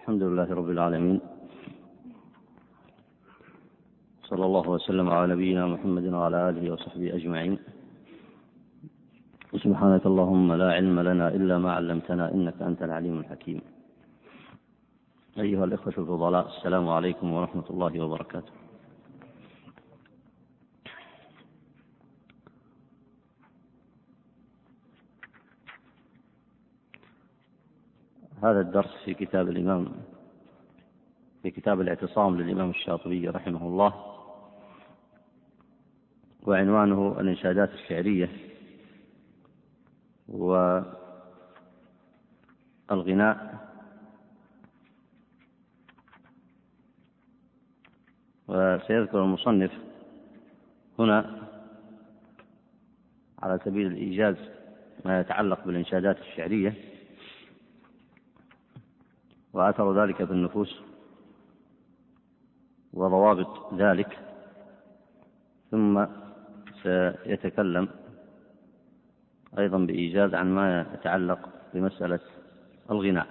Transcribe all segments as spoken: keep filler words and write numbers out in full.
الحمد لله رب العالمين، صلى الله وسلم على نبينا محمد وعلى آله وصحبه أجمعين. سبحانك اللهم لا علم لنا إلا ما علمتنا إنك أنت العليم الحكيم. أيها الإخوة الفضلاء، السلام عليكم ورحمة الله وبركاته. هذا الدرس في كتاب الإمام في كتاب الاعتصام للإمام الشاطبي رحمه الله، وعنوانه الإنشادات الشعرية والغناء. وسيذكر المصنف هنا على سبيل الإيجاز ما يتعلق بالإنشادات الشعرية وأثر ذلك في النفوس وضوابط ذلك، ثم سيتكلم أيضا بإيجاز عن ما يتعلق بمسألة الغناء.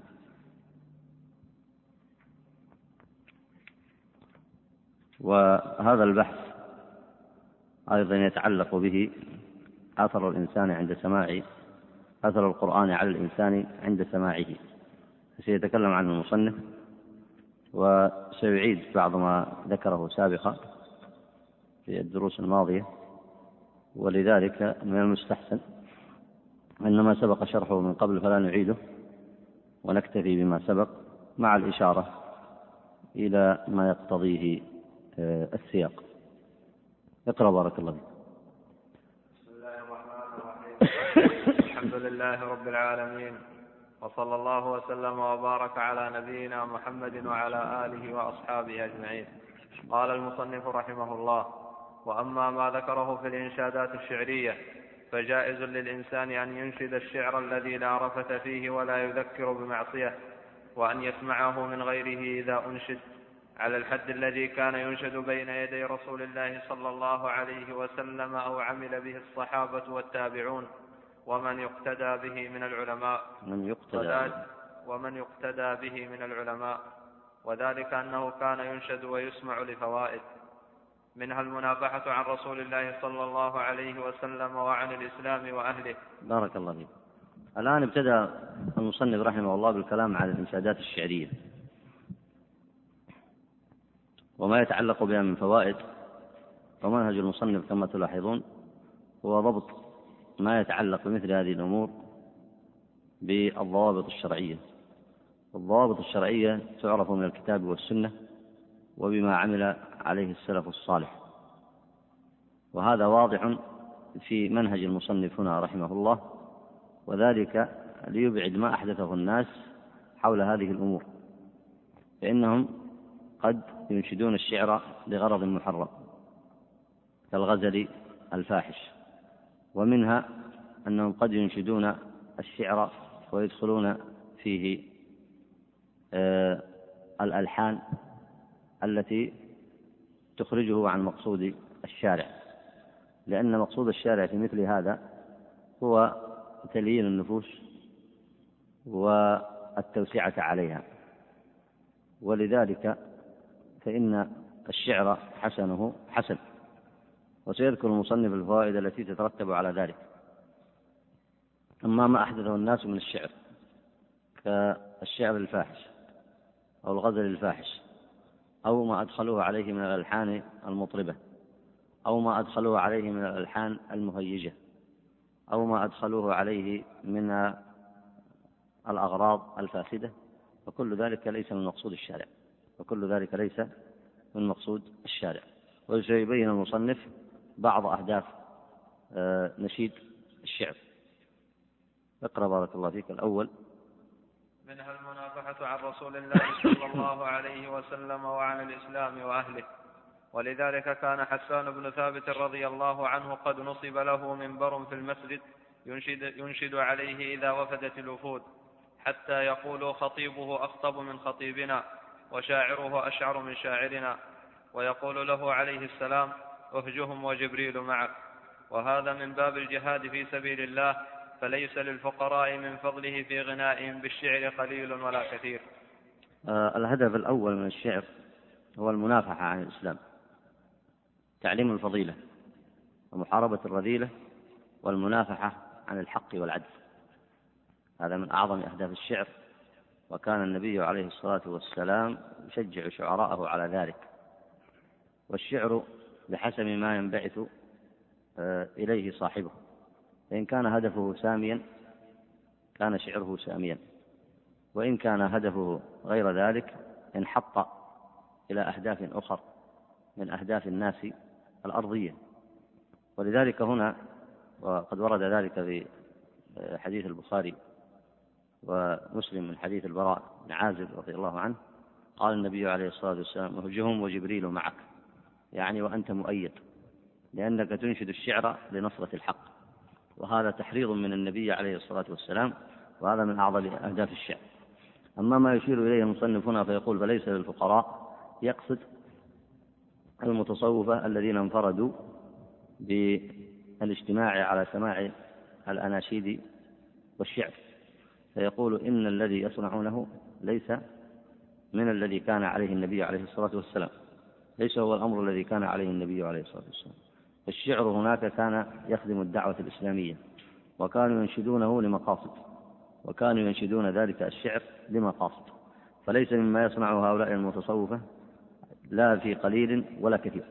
وهذا البحث أيضا يتعلق به أثر الإنسان عند سماع أثر القرآن على الإنسان عند سماعه، سيتكلم عنه المصنف وسيعيد بعض ما ذكره سابقا في الدروس الماضية، ولذلك من المستحسن أن ما سبق شرحه من قبل فلا نعيده ونكتفي بما سبق مع الإشارة إلى ما يقتضيه السياق. اقرأ بارك الله فيك. بسم الله الرحمن الرحيم. الحمد لله رب العالمين، وصلى الله وسلم وبارك على نبينا محمد وعلى آله وأصحابه أجمعين. قال المصنف رحمه الله: وأما ما ذكره في الإنشادات الشعرية فجائز للإنسان أن ينشد الشعر الذي لا رفث فيه ولا يذكر بمعصية، وأن يسمعه من غيره إذا أنشد، على الحد الذي كان ينشد بين يدي رسول الله صلى الله عليه وسلم أو عمل به الصحابة والتابعون ومن يقتدى به من العلماء من يقتدى ومن يقتدى به من العلماء وذلك أنه كان ينشد ويسمع لفوائد، منها المنافحة عن رسول الله صلى الله عليه وسلم وعن الإسلام وأهله. بارك الله فيك. الآن ابتدأ المصنف رحمه الله بالكلام عن الإنشادات الشعرية وما يتعلق بها من فوائد. ومنهج المصنف كما تلاحظون هو ضبط ما يتعلق بمثل هذه الأمور بالضوابط الشرعية. الضوابط الشرعية تعرف من الكتاب والسنة وبما عمل عليه السلف الصالح، وهذا واضح في منهج المصنف هنا رحمه الله، وذلك ليبعد ما أحدثه الناس حول هذه الأمور، فإنهم قد ينشدون الشعر لغرض محرم كالغزل الفاحش، ومنها أنهم قد ينشدون الشعر ويدخلون فيه آه الألحان التي تخرجه عن مقصود الشارع، لأن مقصود الشارع في مثل هذا هو تليين النفوس والتوسعة عليها، ولذلك فإن الشعر حسنه حسن. وسيذكر المصنف الفوائد التي تترتب على ذلك. أما ما أحدثه الناس من الشعر كالشعر الفاحش أو الغزل الفاحش، أو ما أدخلوه عليه من الألحان المطربة، أو ما أدخلوه عليه من الألحان المهيجة، أو ما أدخلوه عليه من الأغراض الفاسدة، فكل ذلك ليس من مقصود الشارع وكل ذلك ليس من مقصود الشارع. وسيبين المصنف بعض أهداف نشيد الشعر. اقرأ بارك الله فيك. الأول: منها المنافحة عن رسول الله صلى الله عليه وسلم وعن الإسلام وأهله، ولذلك كان حسان بن ثابت رضي الله عنه قد نصب له منبر في المسجد ينشد, ينشد عليه إذا وفدت الوفود، حتى يقول خطيبه أخطب من خطيبنا وشاعره أشعر من شاعرنا، ويقول له عليه السلام: اهجهم وجبريل معك. وهذا من باب الجهاد في سبيل الله، فليس للفقراء من فضله في غنائهم بالشعر قليل ولا كثير. آه الهدف الأول من الشعر هو المنافحة عن الإسلام، تعليم الفضيلة ومحاربة الرذيلة والمنافحة عن الحق والعدل. هذا من أعظم أهداف الشعر، وكان النبي عليه الصلاة والسلام يشجع شعراءه على ذلك. والشعر بحسب ما ينبعث إليه صاحبه، فإن كان هدفه ساميا كان شعره ساميا، وإن كان هدفه غير ذلك انحط إلى أهداف أخرى من أهداف الناس الأرضية. ولذلك هنا، وقد ورد ذلك في حديث البخاري ومسلم من حديث البراء بن عازب رضي الله عنه، قال النبي عليه الصلاة والسلام: اهجهم وجبريل معك، يعني وأنت مؤيد، لأنك تنشد الشعر لنصرة الحق. وهذا تحريض من النبي عليه الصلاة والسلام، وهذا من أعظم أهداف الشعر. أما ما يشير إليه المصنف هنا فيقول: فليس للفقراء، يقصد المتصوفة الذين انفردوا بالاجتماع على سماع الأناشيد والشعر، فيقول: إن الذي يصنعونه ليس من الذي كان عليه النبي عليه الصلاة والسلام، ليس هو الأمر الذي كان عليه النبي عليه الصلاة والسلام. الشعر هناك كان يخدم الدعوة الإسلامية، وكانوا ينشدونه لمقاصد، وكانوا ينشدون ذلك الشعر لمقاصد، فليس مما يصنعه هؤلاء المتصوفة لا في قليل ولا كثير.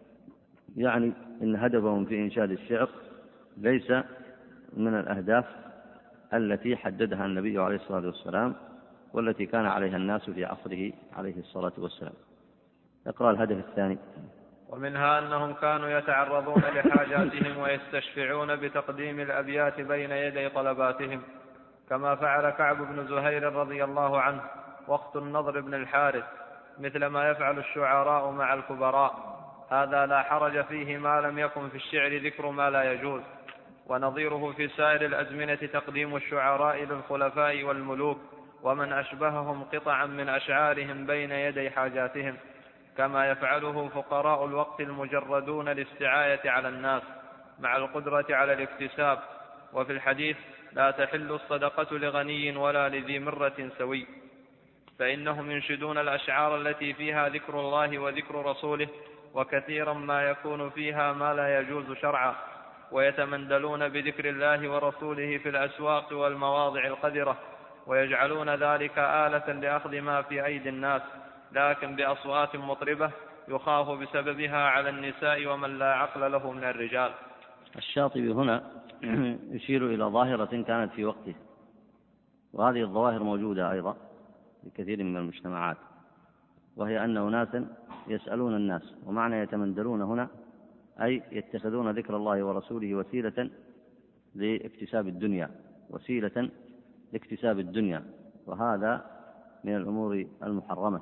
يعني إن هدفهم في إنشاد الشعر ليس من الأهداف التي حددها النبي عليه الصلاة والسلام، والتي كان عليها الناس في عصره عليه الصلاة والسلام. اقرأ الهدف الثاني. ومنها أنهم كانوا يتعرضون لحاجاتهم ويستشفعون بتقديم الأبيات بين يدي طلباتهم، كما فعل كعب بن زهير رضي الله عنه وقت النضر بن الحارث، مثل ما يفعل الشعراء مع الكبراء. هذا لا حرج فيه ما لم يكن في الشعر ذكر ما لا يجوز. ونظيره في سائر الأزمنة تقديم الشعراء للخلفاء والملوك ومن أشبههم قطعا من أشعارهم بين يدي حاجاتهم، كما يفعله فقراء الوقت المجردون للاستعاية على الناس مع القدرة على الاكتساب. وفي الحديث: لا تحل الصدقة لغني ولا لذي مرة سوي، فإنهم ينشدون الأشعار التي فيها ذكر الله وذكر رسوله، وكثيرا ما يكون فيها ما لا يجوز شرعا، ويتمندلون بذكر الله ورسوله في الأسواق والمواضع القذرة، ويجعلون ذلك آلة لأخذ ما في أيدي الناس، لكن بأصوات مطربة يخاف بسببها على النساء ومن لا عقل له من الرجال. الشاطبي هنا يشير إلى ظاهرة كانت في وقته، وهذه الظواهر موجودة أيضا في كثير من المجتمعات، وهي أن أناسا يسألون الناس، ومعنى يتمندلون هنا أي يتخذون ذكر الله ورسوله وسيلة لاكتساب الدنيا، وسيلة لاكتساب الدنيا، وهذا من الأمور المحرمة.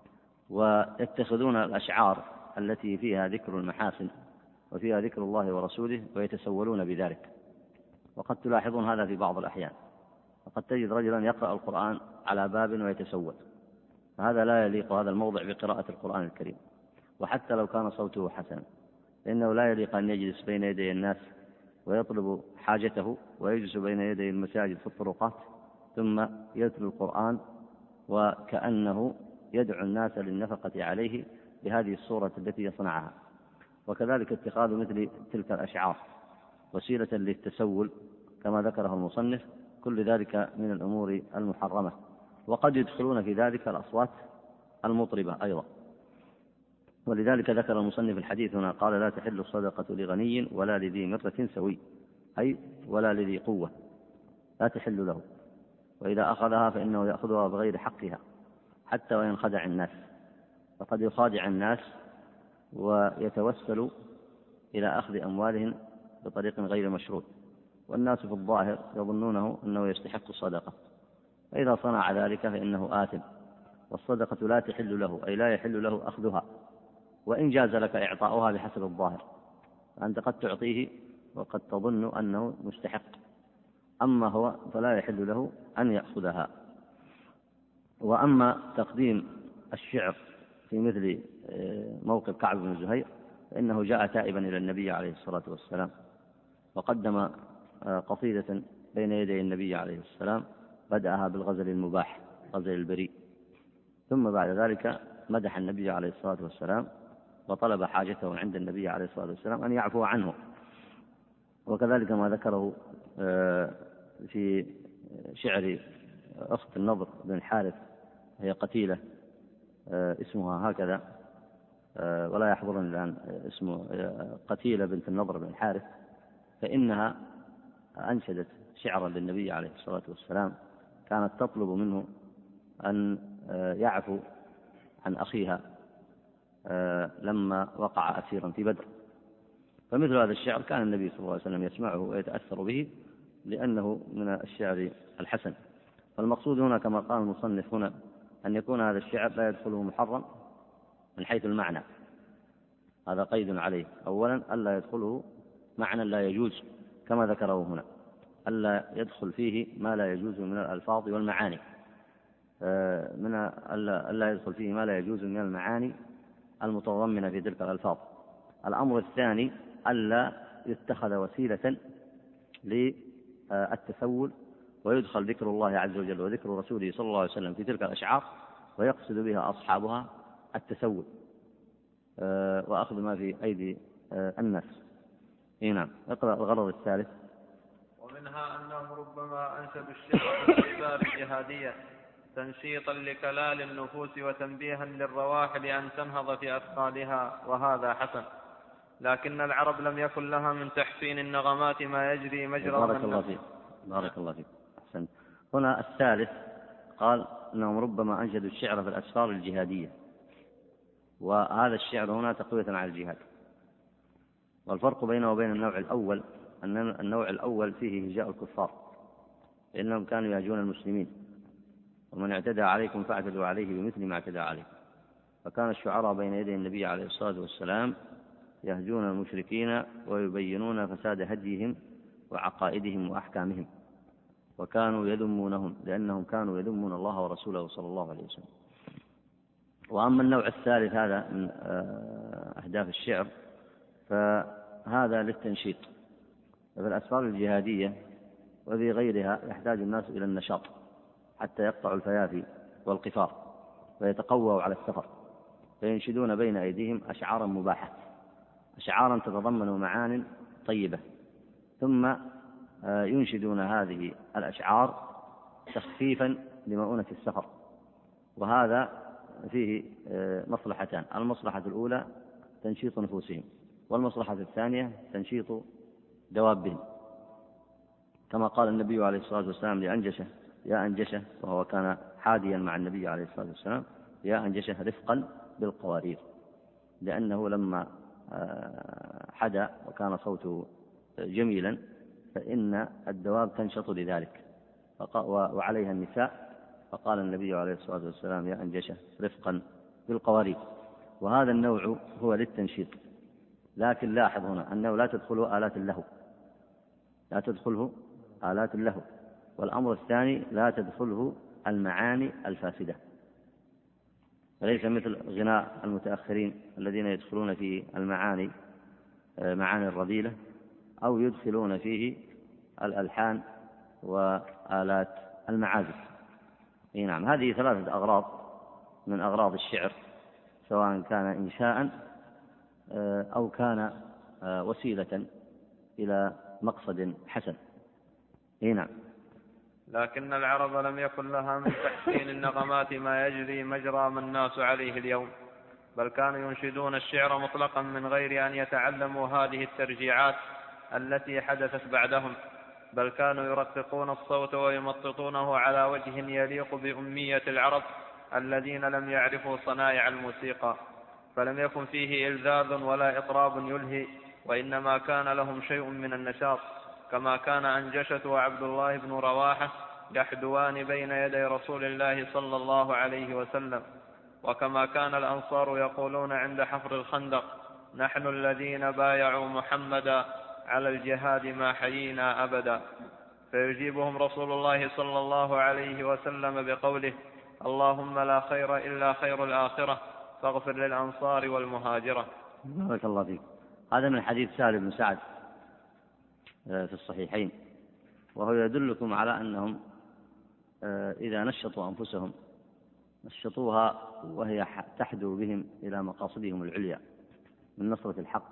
ويتخذون الأشعار التي فيها ذكر المحاسن وفيها ذكر الله ورسوله ويتسولون بذلك. وقد تلاحظون هذا في بعض الأحيان، وقد تجد رجلا يقرأ القرآن على باب ويتسول، فهذا لا يليق هذا الموضع بقراءة القرآن الكريم، وحتى لو كان صوته حسنا، فإنه لا يليق أن يجلس بين يدي الناس ويطلب حاجته ويجلس بين يدي المساجد في الطرقات ثم يتلو القرآن وكأنه يدعو الناس للنفقة عليه بهذه الصورة التي يصنعها. وكذلك اتخاذ مثل تلك الأشعار وسيلة للتسول كما ذكره المصنف، كل ذلك من الأمور المحرمة. وقد يدخلون في ذلك الأصوات المطربة أيضا، ولذلك ذكر المصنف الحديث هنا قال: لا تحل الصدقة لغني ولا لذي مرة سوي، أي ولا لذي قوة، لا تحل له، وإذا أخذها فإنه يأخذها بغير حقها حتى وإن خدع الناس، فقد يخادع الناس ويتوسل إلى أخذ أموالهم بطريق غير مشروع، والناس في الظاهر يظنونه أنه يستحق الصدقة، فإذا صنع ذلك فإنه آثم، والصدقة لا تحل له، أي لا يحل له أخذها، وإن جاز لك إعطاؤها بحسب الظاهر، فأنت قد تعطيه وقد تظن أنه مستحق، أما هو فلا يحل له أن يأخذها. وأما تقديم الشعر في مثل موقف كعب بن زهير فإنه جاء تائبا إلى النبي عليه الصلاة والسلام، وقدم قصيدة بين يدي النبي عليه السلام، بدأها بالغزل المباح، غزل البريء، ثم بعد ذلك مدح النبي عليه الصلاة والسلام وطلب حاجته عند النبي عليه الصلاة والسلام أن يعفو عنه. وكذلك ما ذكره في شعر أخت النضر بن الحارث، هي قتيلة اسمها هكذا ولا يحضرني الآن اسمه، قتيلة بنت النضر بن الحارث، فإنها أنشدت شعرا للنبي عليه الصلاة والسلام كانت تطلب منه أن يعفو عن أخيها لما وقع أسيرا في بدر. فمثل هذا الشعر كان النبي صلى الله عليه وسلم يسمعه ويتأثر به لأنه من الشعر الحسن. فالمقصود هنا كما قال المصنف هنا أن يكون هذا الشعر لا يدخله محرم من حيث المعنى، هذا قيد عليه. أولا ألا يدخله معنى لا يجوز كما ذكره هنا، ألا يدخل فيه ما لا يجوز من الألفاظ والمعاني، من ألا يدخل فيه ما لا يجوز من المعاني المتضمنة في تلك الألفاظ. الأمر الثاني ألا يتخذ وسيلة للتسول ويدخل ذكر الله عز وجل وذكر رسوله صلى الله عليه وسلم في تلك الأشعار ويقصد بها أصحابها التسول وأخذ ما في أيدي الناس. نعم. اقرأ الغرض الثالث. ومنها أنهم ربما أنشدوا الشعر في الأسباب الجهادية تنشيطا لكلال النفوس وتنبيها للرواح لأن تنهض في أثقالها، وهذا حسن. لكن العرب لم يكن لها من تحسين النغمات ما يجري مجرى. بارك الله فيك. بارك الله فيك. أحسن. هنا الثالث قال أنهم ربما أنشدوا الشعر في الأسفار الجهادية، وهذا الشعر هنا تقوية على الجهاد. والفرق بينه وبين النوع الأول أن النوع الأول فيه هجاء الكفار لأنهم كانوا يهجون المسلمين، ومن اعتدى عليكم فاعتدوا عليه بمثل ما اعتدى عليه. فكان الشعراء بين يدي النبي عليه الصلاة والسلام يهجون المشركين ويبينون فساد هديهم وعقائدهم وأحكامهم، وكانوا يذمونهم لأنهم كانوا يذمون الله ورسوله صلى الله عليه وسلم. وأما النوع الثالث هذا من أهداف الشعر فهذا للتنشيط. ففي الأسفار الجهادية وفي غيرها يحتاج الناس إلى النشاط حتى يقطعوا الفيافي والقفار ويتقووا على السفر، فينشدون بين أيديهم أشعارا مباحة، أشعارا تتضمن معان طيبة، ثم ينشدون هذه الأشعار تخفيفا لمؤونة السفر. وهذا فيه مصلحتان: المصلحة الأولى تنشيط نفوسهم، والمصلحة الثانية تنشيط دوابهم، كما قال النبي عليه الصلاة والسلام لأنجشة: يا أنجشة، وهو كان حاديا مع النبي عليه الصلاة والسلام: يا أنجشة رفقا بالقوارير، لأنه لما حدا وكان صوته جميلا فإن الدواب تنشط لذلك وعليها النساء، فقال النبي عليه الصلاة والسلام: يا أنجشة رفقا بالقوارير. وهذا النوع هو للتنشيط، لكن لاحظ هنا أنه لا تدخله آلات اللهو، لا تدخله آلات اللهو. والأمر الثاني لا تدخله المعاني الفاسدة، فليس مثل غناء المتأخرين الذين يدخلون في المعاني معاني الرذيلة أو يدخلون فيه الألحان وآلات المعازف. نعم. هذه ثلاثة أغراض من أغراض الشعر، سواء كان إنشاء أو كان وسيلة إلى مقصد حسن. نعم. لكن العرب لم يكن لها من تحسين النغمات ما يجري مجرى ما الناس عليه اليوم، بل كانوا ينشدون الشعر مطلقا من غير أن يتعلموا هذه الترجيعات التي حدثت بعدهم، بل كانوا يرققون الصوت ويمططونه على وجه يليق بأمية العرب الذين لم يعرفوا صنائع الموسيقى، فلم يكن فيه إلذاذ ولا إطراب يلهي، وإنما كان لهم شيء من النشاط، كما كان أنجشة وعبد الله بن رواحة يحدوان بين يدي رسول الله صلى الله عليه وسلم، وكما كان الأنصار يقولون عند حفر الخندق: نحن الذين بايعوا محمدا على الجهاد ما حيينا أبدا. فيجيبهم رسول الله صلى الله عليه وسلم بقوله: اللهم لا خير إلا خير الآخرة فاغفر للأنصار والمهاجرة. بارك الله فيك. هذا من حديث سهل بن سعد في الصحيحين، وهو يدلكم على أنهم إذا نشطوا أنفسهم نشطوها وهي تحدو بهم إلى مقاصدهم العليا من نصرة الحق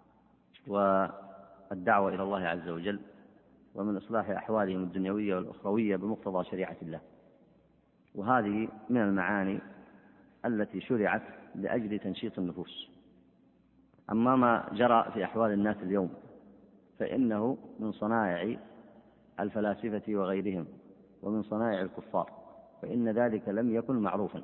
والدعوة إلى الله عز وجل، ومن إصلاح أحوالهم الدنيوية والأخروية بمقتضى شريعة الله. وهذه من المعاني التي شرعت لأجل تنشيط النفوس. أما ما جرى في أحوال الناس اليوم فإنه من صنائع الفلاسفة وغيرهم ومن صنائع الكفار، فإن ذلك لم يكن معروفا.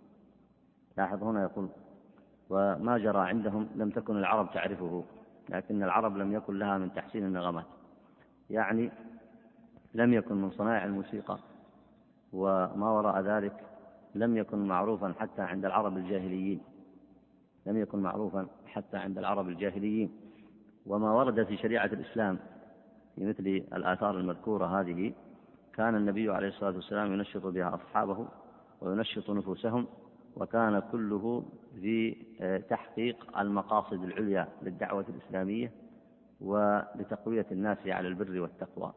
لاحظ هنا يقول: وما جرى عندهم لم تكن العرب تعرفه، لكن العرب لم يكن لها من تحسين النغمات، يعني لم يكن من صنائع الموسيقى، وما وراء ذلك لم يكن معروفا حتى عند العرب الجاهليين لم يكن معروفا حتى عند العرب الجاهليين وما ورد في شريعة الإسلام في مثل الآثار المذكورة هذه كان النبي عليه الصلاة والسلام ينشط بها أصحابه وينشط نفوسهم، وكان كله في تحقيق المقاصد العليا للدعوة الإسلامية ولتقوية الناس على البر والتقوى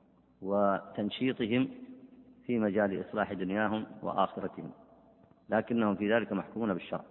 وتنشيطهم في مجال إصلاح دنياهم وآخرتهم، لكنهم في ذلك محكومون بالشرع.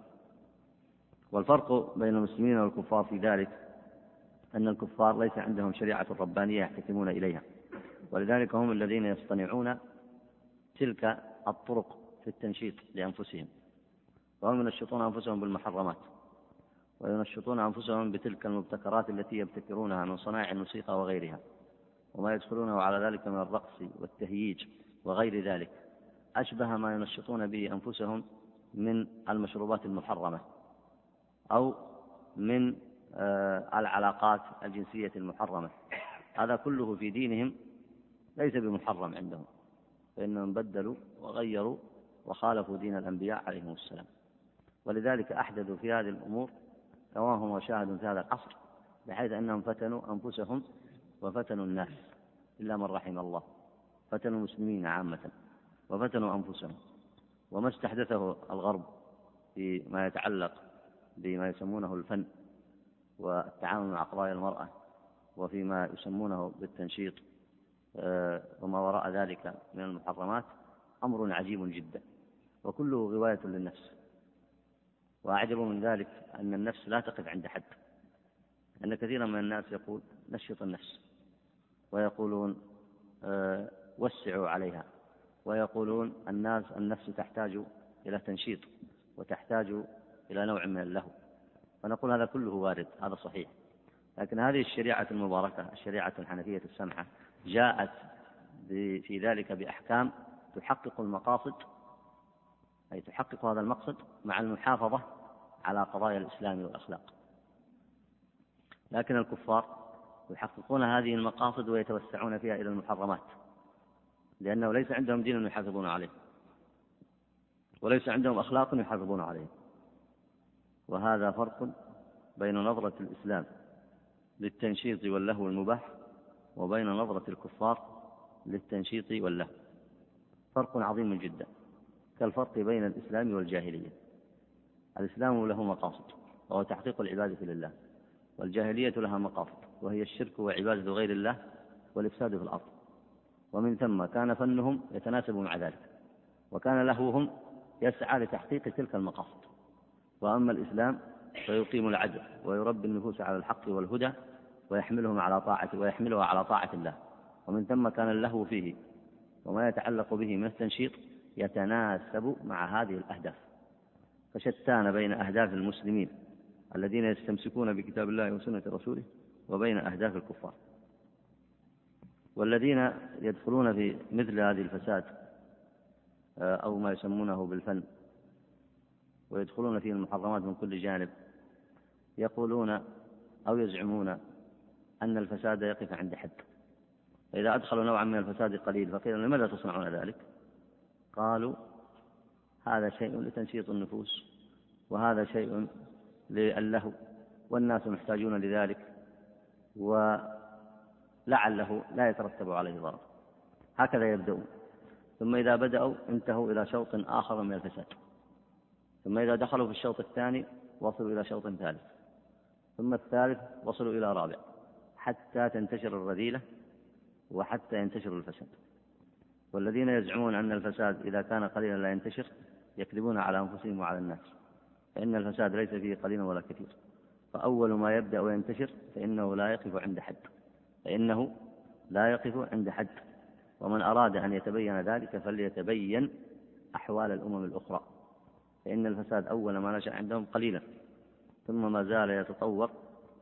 والفرق بين المسلمين والكفار في ذلك أن الكفار ليس عندهم شريعة ربانية يحتكمون إليها، ولذلك هم الذين يصطنعون تلك الطرق في التنشيط لأنفسهم، وهم ينشطون أنفسهم بالمحرمات وينشطون أنفسهم بتلك المبتكرات التي يبتكرونها من صناعع الموسيقى وغيرها، وما يدخلونه على ذلك من الرقص والتهييج وغير ذلك، أشبه ما ينشطون به أنفسهم من المشروبات المحرمة أو من العلاقات الجنسية المحرمة. هذا كله في دينهم ليس بمحرم عندهم، فإنهم بدلوا وغيروا وخالفوا دين الأنبياء عليهم السلام، ولذلك أحدثوا في هذه الأمور كما هم وشاهدوا في هذا العصر، بحيث أنهم فتنوا أنفسهم وفتنوا الناس إلا من رحم الله، فتنوا المسلمين عامة وفتنوا أنفسهم. وما استحدثه الغرب فيما يتعلق بما يسمونه الفن والتعامل مع قضايا المرأة وفيما يسمونه بالتنشيط وما وراء ذلك من المحرمات أمر عجيب جدا، وكله غواية للنفس. وأعجب من ذلك أن النفس لا تقف عند حد، أن كثيرا من الناس يقول نشط النفس، ويقولون وسعوا عليها، ويقولون الناس النفس تحتاج إلى تنشيط وتحتاج إلى نوع من اللهو، ونقول هذا كله وارد، هذا صحيح، لكن هذه الشريعة المباركة الشريعة الحنفية السمحة جاءت في ذلك بأحكام تحقق المقاصد، أي تحقق هذا المقصد مع المحافظة على قضايا الإسلام والأخلاق. لكن الكفار يحققون هذه المقاصد ويتوسعون فيها إلى المحرمات، لأنه ليس عندهم دين يحافظون عليه وليس عندهم أخلاق يحافظون عليه. وهذا فرق بين نظرة الإسلام للتنشيط واللهو المباح وبين نظرة الكفار للتنشيط واللهو، فرق عظيم جدا، كالفرق بين الإسلام والجاهلية. الإسلام له مقاصد وهو تحقيق العبادة لله، والجاهلية لها مقاصد وهي الشرك وعبادة غير الله والإفساد في الأرض، ومن ثم كان فنهم يتناسب مع ذلك، وكان لهوهم يسعى لتحقيق تلك المقاصد. وأما الإسلام فيقيم العدل ويربي النفوس على الحق والهدى ويحملهم على طاعة ويحملها على طاعة الله، ومن ثم كان اللهو فيه وما يتعلق به من التنشيط يتناسب مع هذه الأهداف. فشتان بين أهداف المسلمين الذين يستمسكون بكتاب الله وسنة رسوله وبين أهداف الكفار. والذين يدخلون في مثل هذه الفساد أو ما يسمونه بالفن ويدخلون فيه المحرمات من كل جانب يقولون أو يزعمون أن الفساد يقف عند حد، فإذا أدخلوا نوعا من الفساد قليل فقيل لماذا تصنعون ذلك؟ قالوا هذا شيء لتنشيط النفوس وهذا شيء للهو والناس محتاجون لذلك ولعله لا يترتب عليه ضرر. هكذا يبدأون، ثم إذا بدأوا انتهوا إلى شوط آخر من الفساد، ثم إذا دخلوا في الشوط الثاني وصلوا إلى شوط ثالث، ثم الثالث وصلوا إلى رابع، حتى تنتشر الرذيلة وحتى ينتشر الفساد. والذين يزعمون أن الفساد إذا كان قليلا لا ينتشر يكذبون على أنفسهم وعلى الناس، فإن الفساد ليس فيه قليل ولا كثير. فأول ما يبدأ وينتشر فإنه لا يقف عند حد فإنه لا يقف عند حد ومن أراد أن يتبين ذلك فليتبين أحوال الأمم الأخرى، فإن الفساد أول ما نشأ عندهم قليلا ثم ما زال يتطور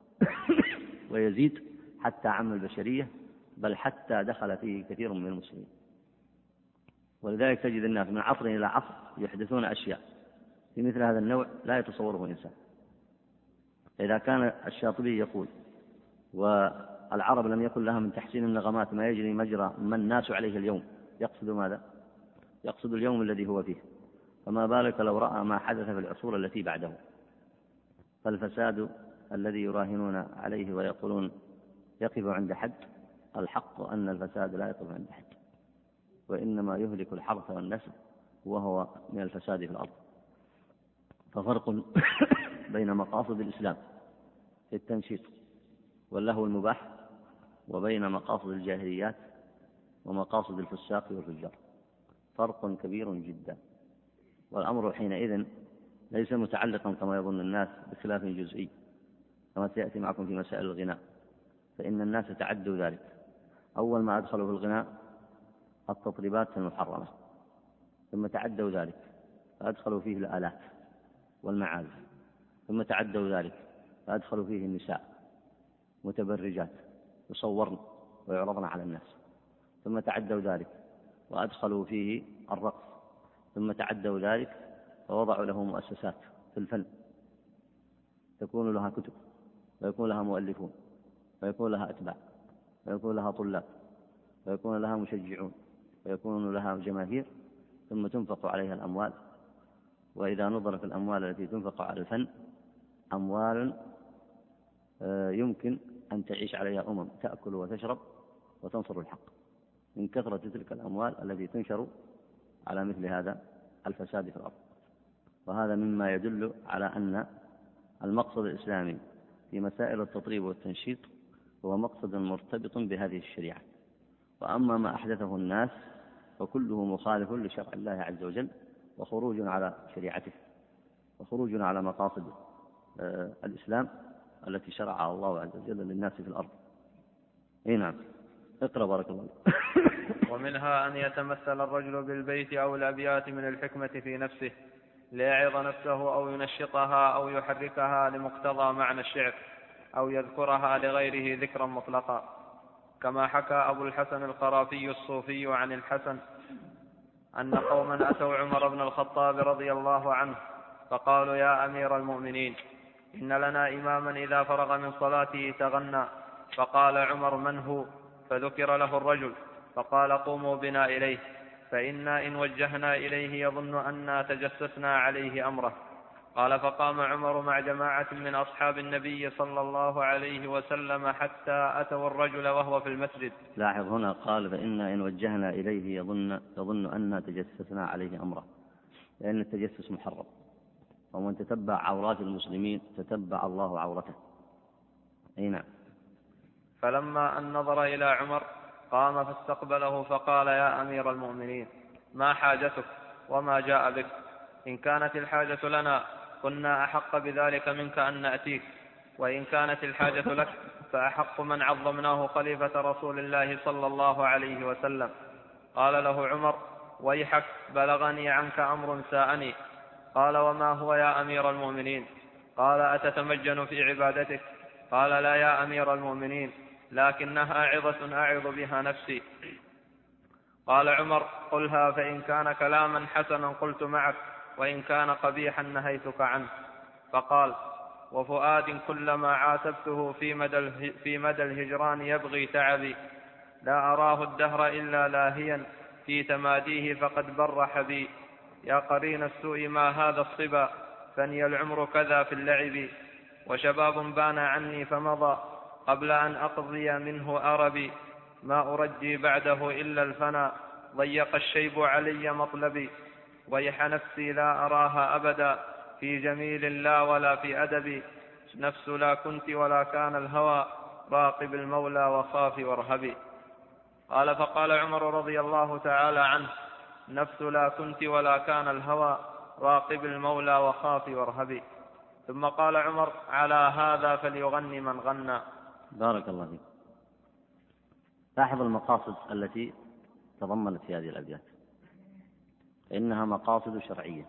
ويزيد حتى عم البشرية، بل حتى دخل فيه كثير من المسلمين. ولذلك تجد الناس من عصر إلى عصر يحدثون أشياء في مثل هذا النوع لا يتصوره إنسان. إذا كان الشاطبي يقول والعرب لم يكن لها من تحسين النغمات ما يجري مجرى ما الناس عليه اليوم، يقصد ماذا؟ يقصد اليوم الذي هو فيه، فما بالك لو رأى ما حدث في العصور التي بعده. فالفساد الذي يراهنون عليه ويقولون يقف عند حد، الحق أن الفساد لا يقف عند حد، وإنما يهلك الحرث والنسل وهو من الفساد في الأرض. ففرق بين مقاصد الإسلام في التنشيط واللهو المباح وبين مقاصد الجاهليات ومقاصد الفساق والفجار، فرق كبير جدا. والأمر حينئذ ليس متعلقا كما يظن الناس بخلاف جزئي كما سيأتي معكم في مسائل الغناء، فإن الناس تعدوا ذلك. أول ما أدخلوا في الغناء التطريبات المحرمة، ثم تعدوا ذلك فأدخلوا فيه الآلات والمعازف، ثم تعدوا ذلك فأدخلوا فيه النساء متبرجات يصورن ويعرضن على الناس، ثم تعدوا ذلك وأدخلوا فيه الرقص، ثم تعدوا ذلك ووضعوا له مؤسسات في الفن تكون لها كتب ويكون لها مؤلفون ويكون لها أتباع ويكون لها طلاب ويكون لها مشجعون ويكون لها جماهير، ثم تنفق عليها الأموال. وإذا نظر في الأموال التي تنفق على الفن أموال يمكن أن تعيش عليها أمم تأكل وتشرب وتنصر الحق من كثرة تلك الأموال التي تنشر على مثل هذا الفساد في الأرض. وهذا مما يدل على أن المقصد الإسلامي في مسائل التطريب والتنشيط هو مقصد مرتبط بهذه الشريعة. وأما ما أحدثه الناس فكله مخالف لشرع الله عز وجل وخروج على شريعته وخروج على مقاصد الإسلام التي شرعها الله عز وجل للناس في الأرض. أي نعم، اقرأ بارك الله. ومنها أن يتمثل الرجل بالبيت أو الأبيات من الحكمة في نفسه ليعظ نفسه أو ينشطها أو يحركها لمقتضى معنى الشعر أو يذكرها لغيره ذكرا مطلقا، كما حكى أبو الحسن القرافي الصوفي عن الحسن أن قوما أتوا عمر بن الخطاب رضي الله عنه فقالوا: يا أمير المؤمنين، إن لنا إماما إذا فرغ من صلاته تغنى. فقال عمر: من هو؟ فذكر له الرجل، فقال: قوموا بنا إليه، فإنا إن وجهنا إليه يظن أننا تجسسنا عليه أمره. قال: فقام عمر مع جماعة من أصحاب النبي صلى الله عليه وسلم حتى أتوا الرجل وهو في المسجد. لاحظ هنا قال: فإنا إن وجهنا إليه يظن, يظن أننا تجسسنا عليه أمره، لأن التجسس محرم، ومن تتبع عورات المسلمين تتبع الله عورته. أي نعم. فلما أن نظر إلى عمر قام فاستقبله فقال: يا أمير المؤمنين، ما حاجتك وما جاء بك؟ إن كانت الحاجة لنا كنا أحق بذلك منك أن نأتيك، وإن كانت الحاجة لك فأحق من عظمناه خليفة رسول الله صلى الله عليه وسلم. قال له عمر: ويحك، بلغني عنك أمر ساءني. قال: وما هو يا أمير المؤمنين؟ قال: أتتمجن في عبادتك؟ قال: لا يا أمير المؤمنين، لكنها عظة أعظ بها نفسي. قال عمر: قلها، فإن كان كلاما حسنا قلت معك، وإن كان قبيحا نهيتك عنه. فقال: وفؤاد كلما عاتبته في مدى, في مدى الهجران يبغي تعبي، لا أراه الدهر إلا لاهيا في تماديه فقد برح بي. يا قرين السوء ما هذا الصبا، فني العمر كذا في اللعب. وشباب بان عني فمضى قبل أن أقضي منه أربي، ما أرجي بعده إلا الفنا، ضيق الشيب علي مطلبي. ويح نفسي لا أراها أبدا في جميل لا ولا في أدب، نفس لا كنت ولا كان الهوى، راقب المولى وخاف وارهبي. قال: فقال عمر رضي الله تعالى عنه: نفس لا كنت ولا كان الهوى، راقب المولى وخاف وارهبي. ثم قال عمر: على هذا فليغني من غنى. بارك الله فيك. لاحظ المقاصد التي تضمنت في هذه الأبيات، إنها مقاصد شرعية.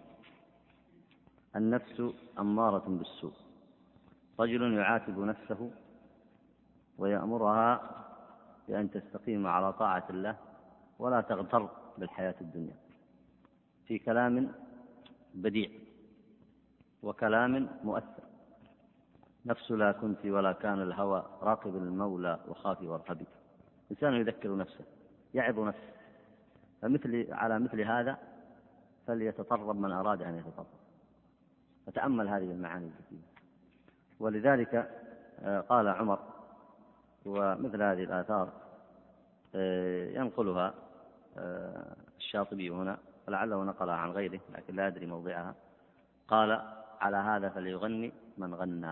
النفس أمارة بالسوء، رجل يعاتب نفسه ويأمرها بأن تستقيم على طاعة الله ولا تغتر بالحياة الدنيا، في كلام بديع وكلام مؤثر: نفس لا كنت ولا كان الهوى، راقب المولى وخافي وارهبي. إنسان يذكر نفسه، يعظ نفسه، فمثل على مثل هذا فليتطرب من أراد أن يتطرب. فتأمل هذه المعاني الجديدة. ولذلك قال عمر، ومثل هذه الآثار ينقلها الشاطبي هنا، ولعله نقلها عن غيره لكن لا أدري موضعها، قال: على هذا فليغني من غنى.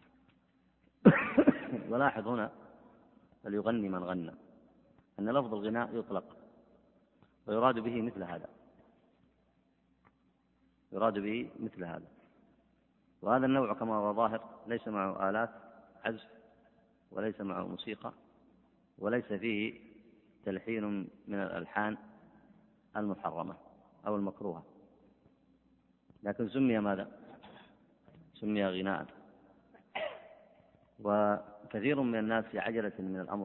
ولاحظ هنا فليغني من غنى أن لفظ الغناء يطلق ويراد به مثل هذا، يراد به مثل هذا. وهذا النوع كما هو ظاهر ليس معه آلات عزف وليس معه موسيقى وليس فيه تلحين من الألحان المحرمة أو المكروهة، لكن سمي ماذا؟ سمي غناء. وكثير من الناس في عجلة من الأمر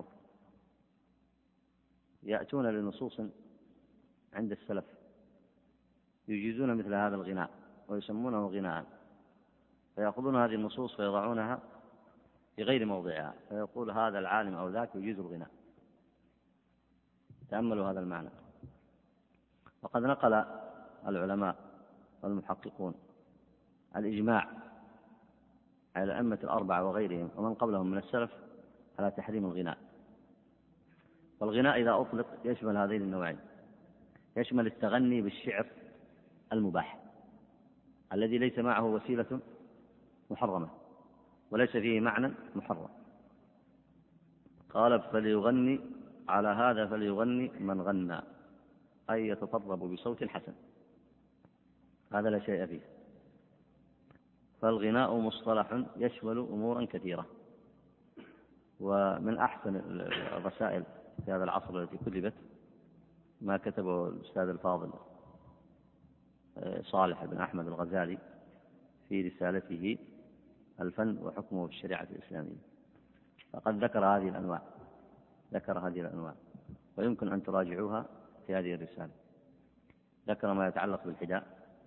يأتون لنصوص عند السلف يجيزون مثل هذا الغناء ويسمونه غناء، فيأخذون هذه النصوص فيضعونها في غير موضعها، فيقول هذا العالم أو ذاك يجيز الغناء. تأملوا هذا المعنى. وقد نقل العلماء والمحققون الإجماع على الأئمة الأربعة وغيرهم ومن قبلهم من السلف على تحريم الغناء. والغناء إذا أطلق يشمل هذين النوعين، يشمل التغني بالشعر المباح الذي ليس معه وسيلة محرمة وليس فيه معنى محرم. قال: فليغني على هذا فليغني من غنى، أي يتطرب بصوت حسن، هذا لا شيء فيه. فالغناء مصطلح يشمل أمورا كثيرة. ومن أحسن الرسائل في هذا العصر التي كتبت ما كتبه الأستاذ الفاضل صالح بن أحمد الغزالي في رسالته الفن وحكمه في الشريعة الإسلامية، فقد ذكر هذه الأنواع ذكر هذه الأنواع ويمكن أن تراجعوها في هذه الرسالة. ذكر ما يتعلق بالحداء،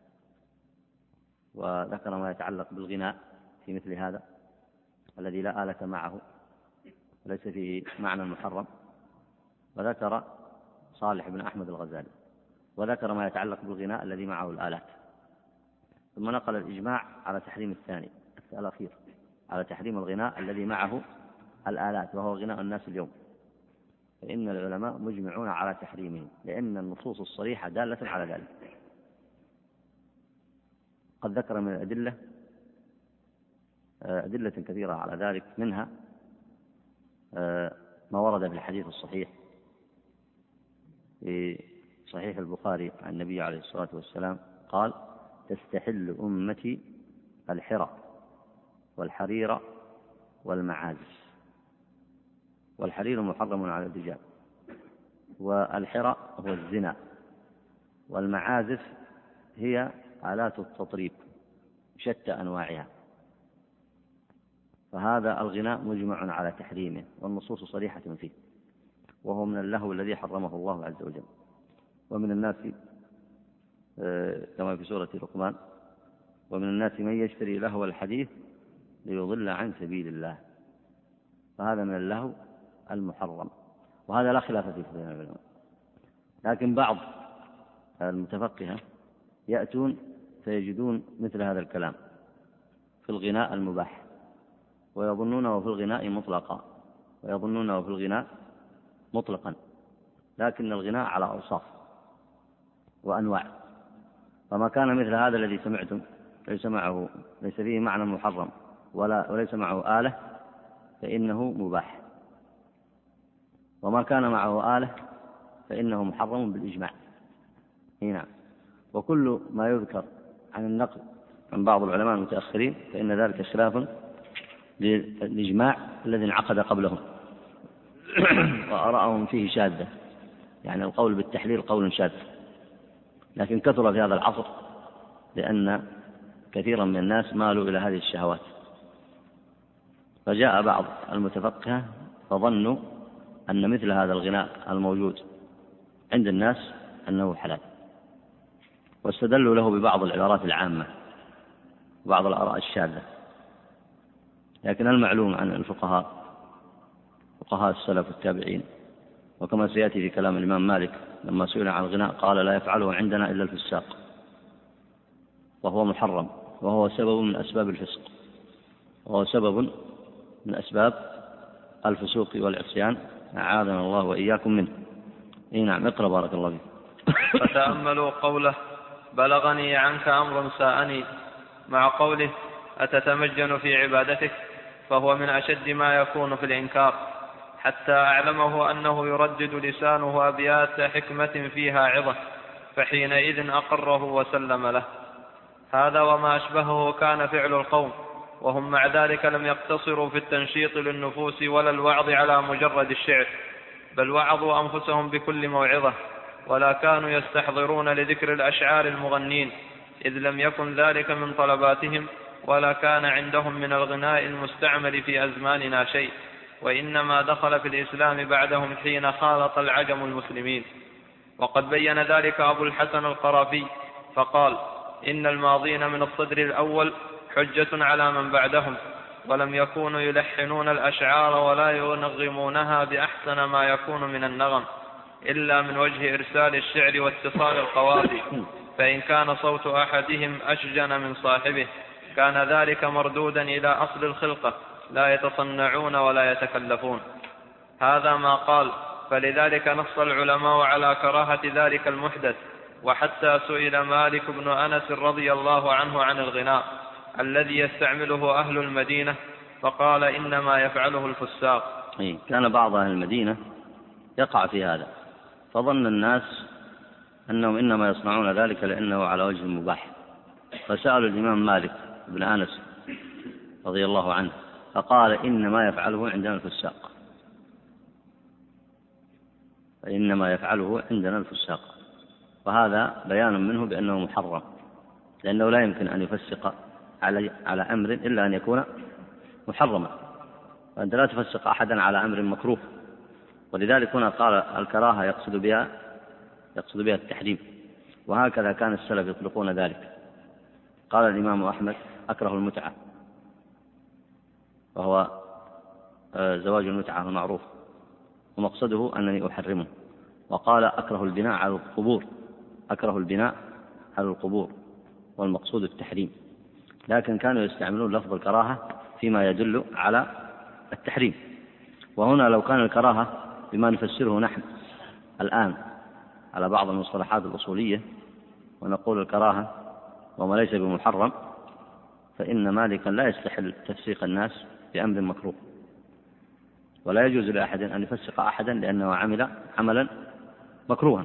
وذكر ما يتعلق بالغناء في مثل هذا الذي لا آلة معه وليس فيه معنى محرم، وذكر صالح بن أحمد الغزالي، وذكر ما يتعلق بالغناء الذي معه الآلات. ثم نقل الإجماع على تحريم الثاني الأخير، على تحريم الغناء الذي معه الآلات وهو غناء الناس اليوم، فإن العلماء مجمعون على تحريمه لأن النصوص الصريحة دالة على ذلك. قد ذكر من الأدلة أدلة كثيرة على ذلك، منها ما ورد في الحديث الصحيح في صحيح البخاري عن النبي عليه الصلاة والسلام قال: تستحل أمتي الحرى والحرير والمعازف. والحرير محرم على الرجال، والحرى هو الزنا، والمعازف هي آلات التطريب شتى أنواعها. فهذا الغناء مجمع على تحريمه والنصوص صريحة فيه، وهو من اللهو الذي حرمه الله عز وجل. ومن الناس كما في سورة لقمان: ومن الناس من يشتري لهو الحديث ليضل عن سبيل الله. فهذا من اللهو المحرم، وهذا لا خلاف فيه بين العلماء. لكن بعض المتفقهة يأتون فيجدون مثل هذا الكلام في الغناء المباح، ويظنونه في الغناء مطلقا ويظنونه في الغناء مطلقا لكن الغناء على أوصاف وأنواع. فما كان مثل هذا الذي سمعتم ليس معه ليس فيه معنى محرم ولا وليس معه آلة فإنه مباح، وما كان معه آلة فإنه محرم بالإجماع. هنا وكل ما يذكر عن النقل عن بعض العلماء المتأخرين فإن ذلك خلاف للإجماع الذي انعقد قبلهم وآراءهم فيه شاذة، يعني القول بالتحليل قول شاذ، لكن كثر في هذا العصر لأن كثيرا من الناس مالوا إلى هذه الشهوات، فجاء بعض المتفقهة فظنوا أن مثل هذا الغناء الموجود عند الناس أنه حلال، واستدلوا له ببعض العبارات العامة وبعض الآراء الشاذة. لكن المعلوم عن الفقهاء فقهاء السلف والتابعين، وكما سيأتي في كلام الإمام مالك لما سئل عن الغناء قال لا يفعله عندنا إلا الفساق، وهو محرم، وهو سبب من أسباب الفسق، وهو سبب من أسباب الفسوق والعصيان، أعاذنا الله وإياكم منه. إيه نعم، اقرأ بارك الله فيك. فتأملوا قوله بلغني عنك أمر ساءني، مع قوله أتتمجن في عبادتك، فهو من أشد ما يكون في الإنكار، حتى أعلمه أنه يردد لسانه أبيات حكمة فيها عظة، فحينئذ أقره وسلم له. هذا وما أشبهه كان فعل القوم، وهم مع ذلك لم يقتصروا في التنشيط للنفوس ولا الوعظ على مجرد الشعر، بل وعظوا أنفسهم بكل موعظة، ولا كانوا يستحضرون لذكر الأشعار المغنين، إذ لم يكن ذلك من طلباتهم، ولا كان عندهم من الغناء المستعمل في أزماننا شيء، وإنما دخل في الإسلام بعدهم حين خالط العجم المسلمين. وقد بين ذلك أبو الحسن القرافي فقال إن الماضين من الصدر الأول حجة على من بعدهم، ولم يكونوا يلحنون الأشعار ولا ينغمونها بأحسن ما يكون من النغم، إلا من وجه إرسال الشعر واتصال القوافي، فإن كان صوت أحدهم أشجن من صاحبه كان ذلك مردودا إلى أصل الخلقة، لا يتصنعون ولا يتكلفون. هذا ما قال، فلذلك نص العلماء على كراهة ذلك المحدث. وحتى سئل مالك بن أنس رضي الله عنه عن الغناء الذي يستعمله أهل المدينة، فقال إنما يفعله الفساق. كان بعض أهل المدينة يقع في هذا، فظن الناس أنهم إنما يصنعون ذلك لأنه على وجه المباح، فسألوا الإمام مالك بن أنس رضي الله عنه فقال إنما يفعله عندنا الفساق، فإنما يفعله عندنا الفساق. وهذا بيان منه بأنه محرم، لأنه لا يمكن أن يفسق على على أمر إلا أن يكون محرما، فأنت لا تفسق أحدا على أمر مكروه. ولذلك هنا قال الكراهة يقصد بها يقصد بها التحريم، وهكذا كان السلف يطلقون ذلك. قال الإمام أحمد أكره المتعة، وهو زواج المتعة المعروف، ومقصده أنني أحرمه. وقال أكره البناء على القبور، أكره البناء على القبور، والمقصود التحريم، لكن كانوا يستعملون لفظ الكراهة فيما يدل على التحريم. وهنا لو كان الكراهة بما نفسره نحن الآن على بعض المصطلحات الأصولية ونقول الكراهة وما ليس بمحرم، فإن مالكا لا يستحل تفسيق الناس بأمر مكروه، ولا يجوز لأحد أن يفسق أحدا لأنه عمل عملا مكروها،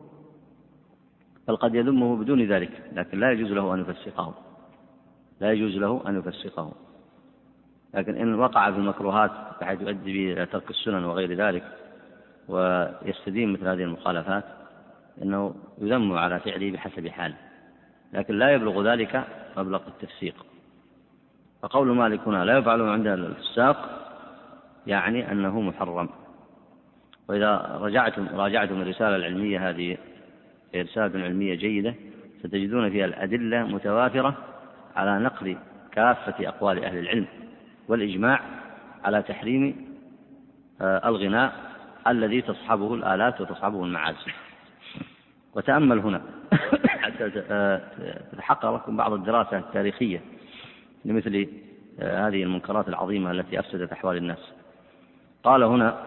بل قد يذمه بدون ذلك، لكن لا يجوز له أن يفسقه لا يجوز له أن يفسقه لكن إن وقع في المكروهات بحيث يؤدي به إلى ترك السنن وغير ذلك ويستدين مثل هذه المخالفات إنه يذم على فعله بحسب حاله، لكن لا يبلغ ذلك مبلغ التفسيق. فقول مالك هنا لا يفعله عند الفساق يعني أنه محرم. وإذا رجعتم راجعتم الرسالة العلمية هذه رسالة علمية جيدة ستجدون فيها الأدلة متوافرة على نقل كافة أقوال أهل العلم والإجماع على تحريم الغناء الذي تصحبه الآلات وتصحبه المعازف. وتأمل هنا حتى تتحقق لكم بعض الدراسة التاريخية لمثل هذه المنكرات العظيمة التي أفسدت أحوال الناس. قال هنا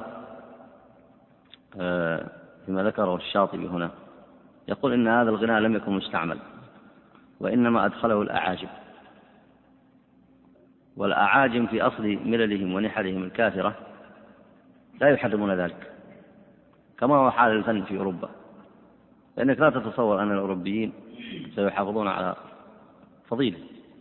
فيما ذكره الشاطبي هنا يقول إن هذا الغناء لم يكن مستعمل، وإنما أدخله الأعاجم، والأعاجم في أصل مللهم ونحلهم الكافرة لا يحرمون ذلك، كما هو حال الفن في أوروبا، لأنك لا تتصور أن الأوروبيين سيحافظون على فضيلة،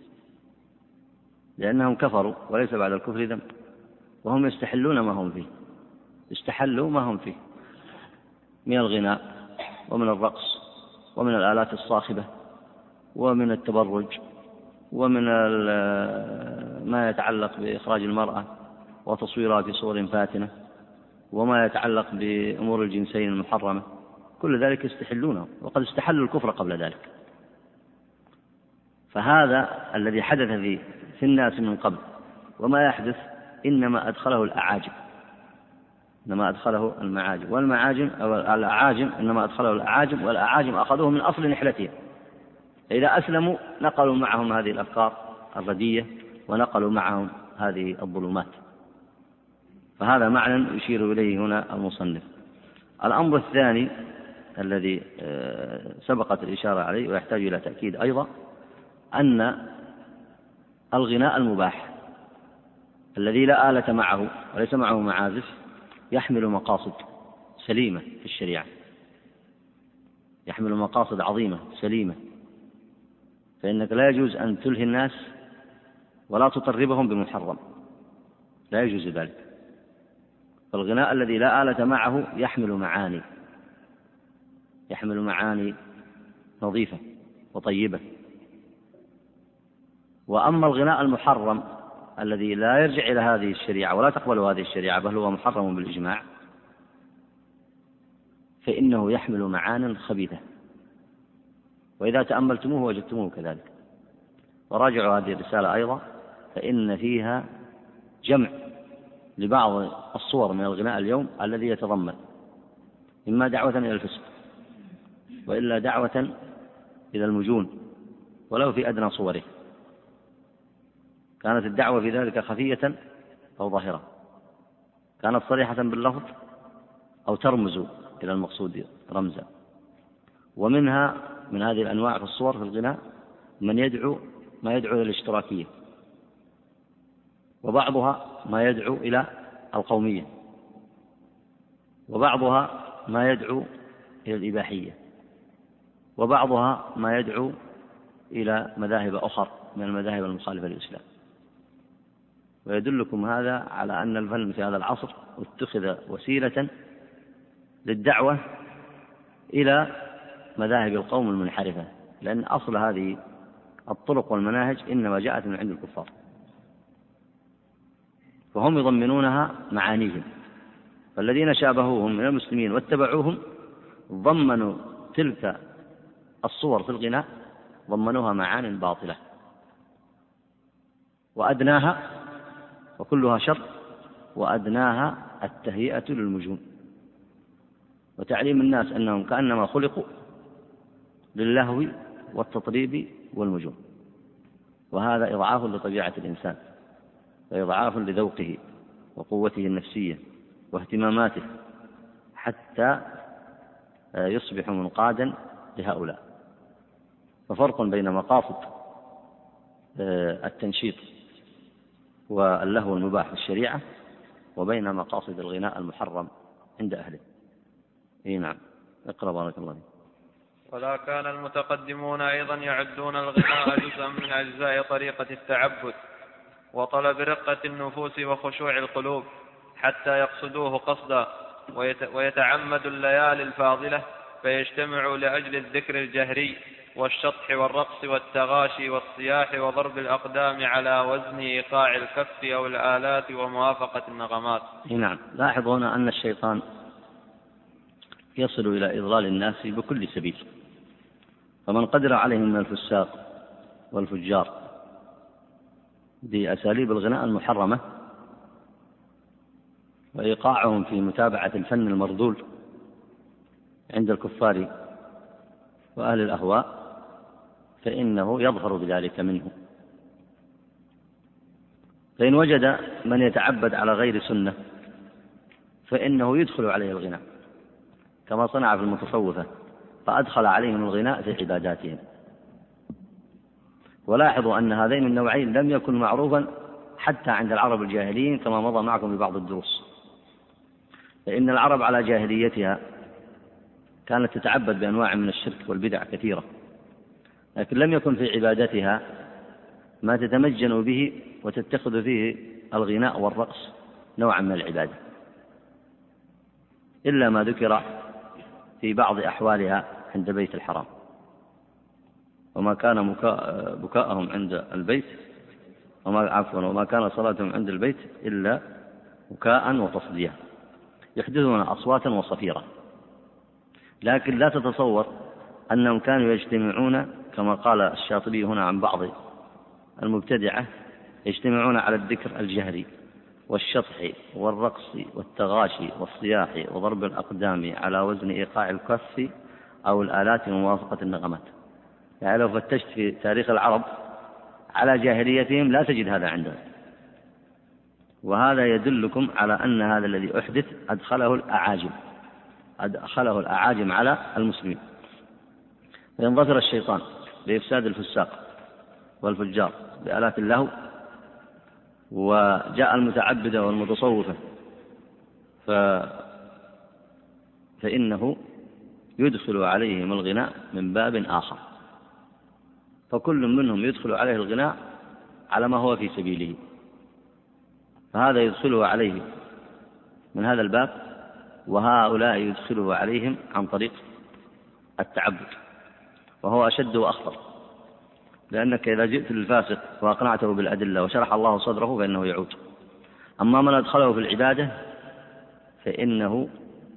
لأنهم كفروا وليس بعد الكفر ذنب، وهم يستحلون ما هم فيه، استحلوا ما هم فيه من الغناء ومن الرقص ومن الآلات الصاخبة ومن التبرج ومن ما يتعلق بإخراج المرأة وتصويرها في صور فاتنة وما يتعلق بأمور الجنسين المحرمة، كل ذلك يستحلونه، وقد استحلوا الكفر قبل ذلك. فهذا الذي حدث في في الناس من قبل وما يحدث إنما أدخله الأعاجم، إنما أدخله المعاجم، والمعاجم أو الأعاجم إنما أدخله الأعاجم، والأعاجم أخذوه من أصل نحلتهم. إذا أسلموا نقلوا معهم هذه الأفكار الردية ونقلوا معهم هذه الظلمات. فهذا معنى يشير إليه هنا المصنف. الأمر الثاني الذي سبقت الإشارة عليه ويحتاج إلى تأكيد أيضا، أن الغناء المباح الذي لا آلة معه وليس معه معازف يحمل مقاصد سليمة في الشريعة، يحمل مقاصد عظيمة سليمة، فإنك لا يجوز أن تلهي الناس ولا تطربهم بمحرم، لا يجوز ذلك. فالغناء الذي لا آلة معه يحمل معاني، يحمل معاني نظيفة وطيبة. وأما الغناء المحرم الذي لا يرجع إلى هذه الشريعة ولا تقبل هذه الشريعة بل هو محرم بالإجماع، فإنه يحمل معاني خبيثة، وإذا تأملتموه وجدتموه كذلك. وراجعوا هذه الرسالة أيضا، فإن فيها جمع لبعض الصور من الغناء اليوم الذي يتضمن إما دعوة إلى الفسق وإلا دعوة إلى المجون ولو في أدنى صوره، كانت الدعوة في ذلك خفية أو ظاهرة، كانت صريحة باللفظ أو ترمز إلى المقصود رمزا. ومنها من هذه الأنواع في الصور في الغناء من يدعو ما يدعو إلى الاشتراكية، وبعضها ما يدعو إلى القومية، وبعضها ما يدعو إلى الإباحية، وبعضها ما يدعو إلى مذاهب أخرى من المذاهب المخالفة للإسلام. ويدلكم هذا على أن الفن في هذا العصر اتخذ وسيلة للدعوة إلى مذاهب القوم المنحرفة، لأن أصل هذه الطرق والمناهج إنما جاءت من عند الكفار، فهم يضمنونها معانيهم. فالذين شابهوهم من المسلمين واتبعوهم ضمنوا تلك الصور في الغناء، ضمنوها معاني باطلة وأدناها، وكلها شر، وأدناها التهيئة للمجون وتعليم الناس أنهم كأنما خلقوا للهو والتطريب والمجون. وهذا إضعاف لطبيعة الإنسان وإضعاف لذوقه وقوته النفسية واهتماماته حتى يصبح منقادا لهؤلاء. ففرق بين مقاصد التنشيط واللهو المباح في الشريعة وبين مقاصد الغناء المحرم عند أهله. إيه نعم، اقرأ بارك الله فيك. ولا كان المتقدمون أيضا يعدون الغناء جزءا من أجزاء طريقة التعبد وطلب رقة النفوس وخشوع القلوب حتى يقصدوه قصدا، ويتعمد الليالي الفاضلة فيجتمعوا لأجل الذكر الجهري والشطح والرقص والتغاشي والصياح وضرب الأقدام على وزن إيقاع الكف أو الآلات وموافقة النغمات. نعم، لاحظوا هنا أن الشيطان يصل إلى إضلال الناس بكل سبيل، فمن قدر عليهم من الفساق والفجار بأساليب الغناء المحرمة وإيقاعهم في متابعة الفن المرذول عند الكفار وأهل الأهواء فإنه يظهر بذلك منه. فإن وجد من يتعبد على غير سنة فإنه يدخل عليه الغناء كما صنع في المتصوفة، فأدخل عليهم الغناء في عباداتهم. ولاحظوا أن هذين النوعين لم يكن معروفا حتى عند العرب الجاهليين كما مضى معكم في بعض الدروس، فإن العرب على جاهليتها كانت تتعبد بأنواع من الشرك والبدع كثيرة، لكن لم يكن في عبادتها ما تتمجن به وتتخذ فيه الغناء والرقص نوعا من العبادة، إلا ما ذكر في بعض أحوالها عند بيت الحرام، وما كان بكاءهم عند البيت وما عفوا وما كان صلاتهم عند البيت إلا بكاء وتصدية، يحدثون أصواتا وصفيرة. لكن لا تتصور أنهم كانوا يجتمعون كما قال الشاطبي هنا عن بعض المبتدعة، يجتمعون على الذكر الجهري والشطح والرقص والتغاشي والصياح وضرب الأقدام على وزن إيقاع الكف أو الآلات وموافقة النغمات. يعني لو فتشت في تاريخ العرب على جاهليتهم لا تجد هذا عندهم، وهذا يدلكم على أن هذا الذي أحدث أدخله الأعاجم أدخله الأعاجم على المسلمين. فإن ظفر الشيطان بإفساد الفساق والفجار بآلات اللهو، وجاء المتعبدة والمتصوفة ف... فإنه يدخل عليهم الغناء من باب آخر، فكل منهم يدخل عليه الغناء على ما هو في سبيله، فهذا يدخله عليه من هذا الباب، وهؤلاء يدخله عليهم عن طريق التعبد، وهو أشد وأخطر، لأنك إذا جئت للفاسق وأقنعته بالأدلة وشرح الله صدره فإنه يعود. أما من أدخله في العبادة فإنه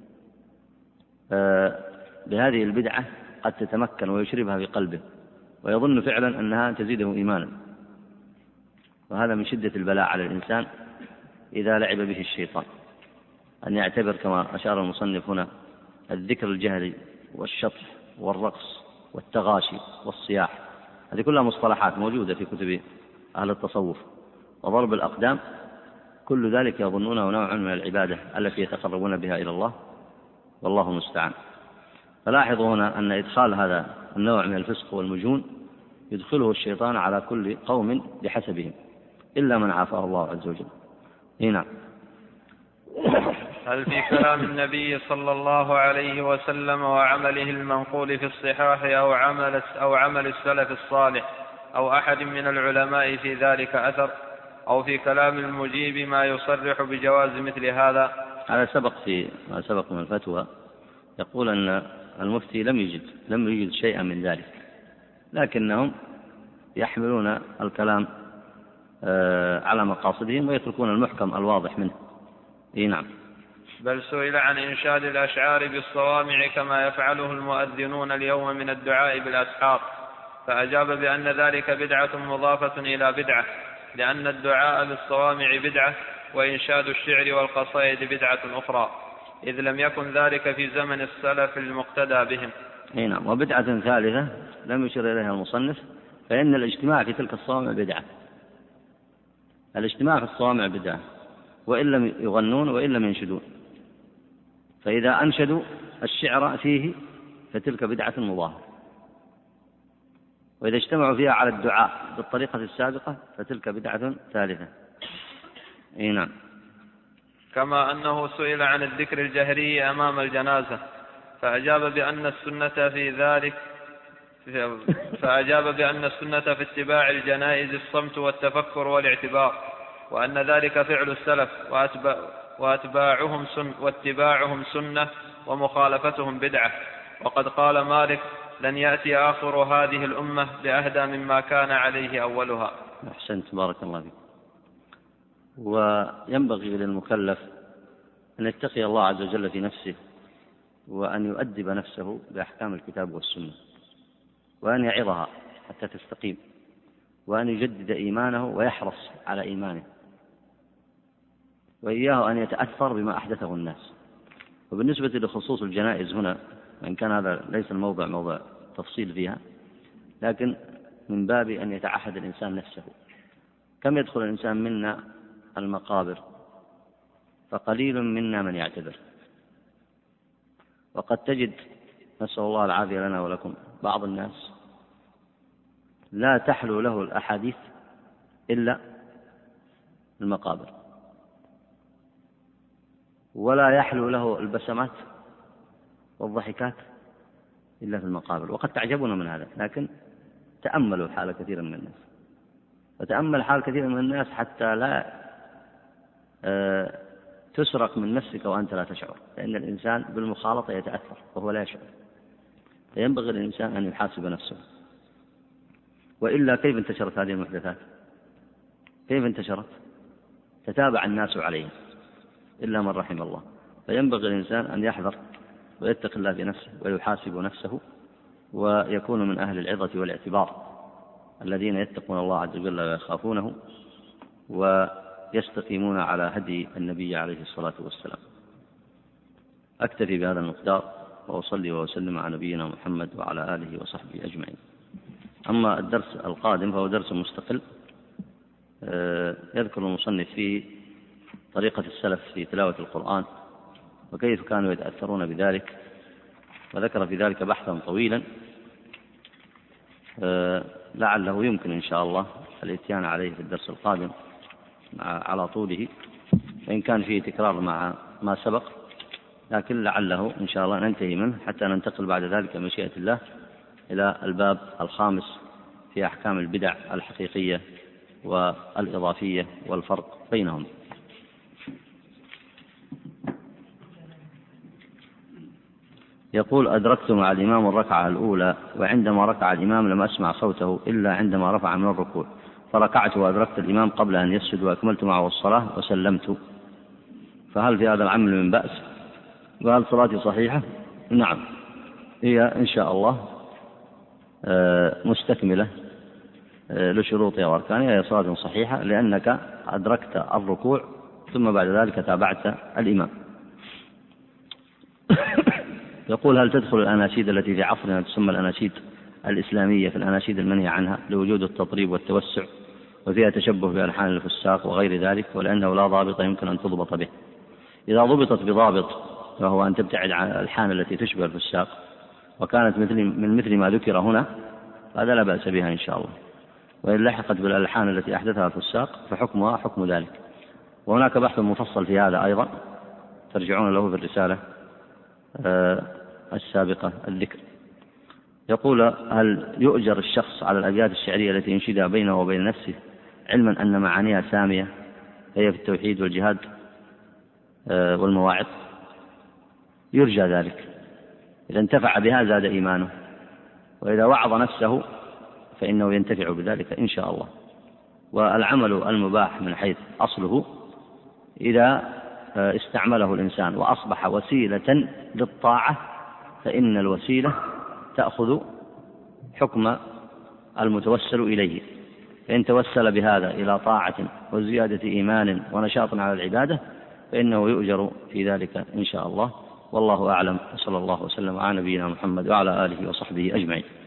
بهذه البدعة قد تتمكن ويشربها في قلبه ويظن فعلا أنها تزيده إيمانا، وهذا من شدة البلاء على الإنسان إذا لعب به الشيطان، أن يعتبر كما أشار المصنف هنا الذكر الجهري والشطح والرقص والتغاشي والصياح، هذه كلها مصطلحات موجودة في كتب أهل التصوف، وضرب الأقدام، كل ذلك يظنونه نوعا من العبادة التي يتقربون بها إلى الله، والله المستعان. فلاحظوا هنا أن إدخال هذا النوع من الفسق والمجون يدخله الشيطان على كل قوم بحسبهم إلا من عافاه الله عز وجل. هنا هل في كلام النبي صلى الله عليه وسلم وعمله المنقول في الصحاح أو عمل, أو عمل السلف الصالح أو أحد من العلماء في ذلك أثر، أو في كلام المجيب ما يصرح بجواز مثل هذا؟ على سبق في ما سبق من الفتوى يقول أن المفتي لم يجد لم يجد شيئا من ذلك، لكنهم يحملون الكلام على مقاصدهم ويتركون المحكم الواضح منه. إيه نعم. بل سئل عن إنشاد الأشعار بالصوامع كما يفعله المؤذنون اليوم من الدعاء بالأسحار، فأجاب بأن ذلك بدعة مضافة إلى بدعة، لأن الدعاء بالصوامع بدعة، وإنشاد الشعر والقصائد بدعة أخرى، إذ لم يكن ذلك في زمن السلف المقتدى بهم. إيه نعم. وبدعة ثالثة لم يشر إليها المصنف، فإن الاجتماع في تلك الصوامع بدعة. الاجتماع في الصوامع بدعة، وإن لم يغنون وإن لم ينشدون، فإذا أنشدوا الشعر فيه فتلك بدعة مضاهة، وإذا اجتمعوا فيها على الدعاء بالطريقة السابقة فتلك بدعة ثالثة. إيه نعم. كما أنه سئل عن الذكر الجهري أمام الجنازة فأجاب بأن السنة في ذلك فأجاب بأن السنة في اتباع الجنائز الصمت والتفكر والاعتبار، وأن ذلك فعل السلف وأتباع واتباعهم سن واتباعهم سنة ومخالفتهم بدعة. وقد قال مالك: لن يأتي آخر هذه الأمة بأهدى مما كان عليه أولها. أحسنت، بارك الله فيك. وينبغي للمكلف أن يتقي الله عز وجل في نفسه، وأن يؤدب نفسه بأحكام الكتاب والسنة، وأن يعظها حتى تستقيم، وأن يجدد إيمانه ويحرص على إيمانه، وإياه أن يتأثر بما أحدثه الناس. وبالنسبة لخصوص الجنائز هنا، وإن كان هذا ليس الموضع موضع تفصيل فيها، لكن من باب أن يتعهد الإنسان نفسه. كم يدخل الإنسان منا المقابر فقليل منا من يعتبر، وقد تجد، نسأل الله العافية لنا ولكم، بعض الناس لا تحلو له الأحاديث إلا المقابر، ولا يحلو له البسمات والضحكات إلا في المقابر. وقد تعجبون من هذا، لكن تأملوا حال كثير من الناس، فتأمل حال كثير من الناس حتى لا أه تسرق من نفسك وأنت لا تشعر، لأن الإنسان بالمخالطة يتأثر وهو لا يشعر، فينبغي للإنسان أن يحاسب نفسه. وإلا كيف انتشرت هذه المحدثات؟ كيف انتشرت؟ تتابع الناس عليها إلا من رحم الله. فينبغي الإنسان أن يحذر ويتق الله بنفسه ويحاسب نفسه، ويكون من أهل العظة والاعتبار الذين يتقون الله عز وجل ويخافونه ويستقيمون على هدي النبي عليه الصلاة والسلام. أكتفي بهذا المقدار وأصلي وأسلم على نبينا محمد وعلى آله وصحبه أجمعين. أما الدرس القادم فهو درس مستقل يذكر المصنف فيه طريقة السلف في تلاوة القرآن وكيف كانوا يتأثرون بذلك، وذكر في ذلك بحثا طويلا لعله يمكن إن شاء الله الاتيان عليه في الدرس القادم على طوله، وإن كان فيه تكرار مع ما سبق، لكن لعله إن شاء الله ننتهي منه حتى ننتقل بعد ذلك مشيئة الله إلى الباب الخامس في أحكام البدع الحقيقية والإضافية والفرق بينهم. يقول: أدركت مع الإمام الركعة الأولى، وعندما ركع الإمام لم أسمع صوته إلا عندما رفع من الركوع، فركعت وأدركت الإمام قبل أن يسجد وأكملت معه الصلاة وسلمت، فهل في هذا العمل من بأس؟ وهل صلاتي صحيحة؟ نعم، هي إن شاء الله مستكملة لشروطها وأركانها، هي صلاة صحيحة لأنك أدركت الركوع ثم بعد ذلك تابعت الإمام. يقول: هل تدخل الأناشيد التي في عصرنا تسمى الأناشيد الإسلامية في الأناشيد المنهي عنها لوجود التطريب والتوسع وفيها تشبه بألحان الفساق وغير ذلك، ولأنه لا ضابط يمكن أن تضبط به؟ إذا ضبطت بضابط وهو أن تبتعد عن الألحان التي تشبه الفساق وكانت مثل من مثل ما ذكر هنا هذا لا بأس بها إن شاء الله، وإن لحقت بالألحان التي أحدثها الفساق فحكمها حكم ذلك. وهناك بحث مفصل في هذا أيضا ترجعون له في الرسالة السابقة الذكر. يقول: هل يؤجر الشخص على الأبيات الشعرية التي ينشدها بينه وبين نفسه علما أن معانيها سامية هي في التوحيد والجهاد والمواعظ؟ يرجى ذلك، إذا انتفع بها زاد إيمانه، وإذا وعظ نفسه فإنه ينتفع بذلك إن شاء الله. والعمل المباح من حيث أصله إذا استعمله الإنسان وأصبح وسيلة للطاعة فإن الوسيلة تأخذ حكم المتوسل إليه، فإن توسل بهذا إلى طاعة وزيادة إيمان ونشاط على العبادة فإنه يؤجر في ذلك إن شاء الله. والله أعلم، وصلى الله وسلم على نبينا محمد وعلى آله وصحبه أجمعين.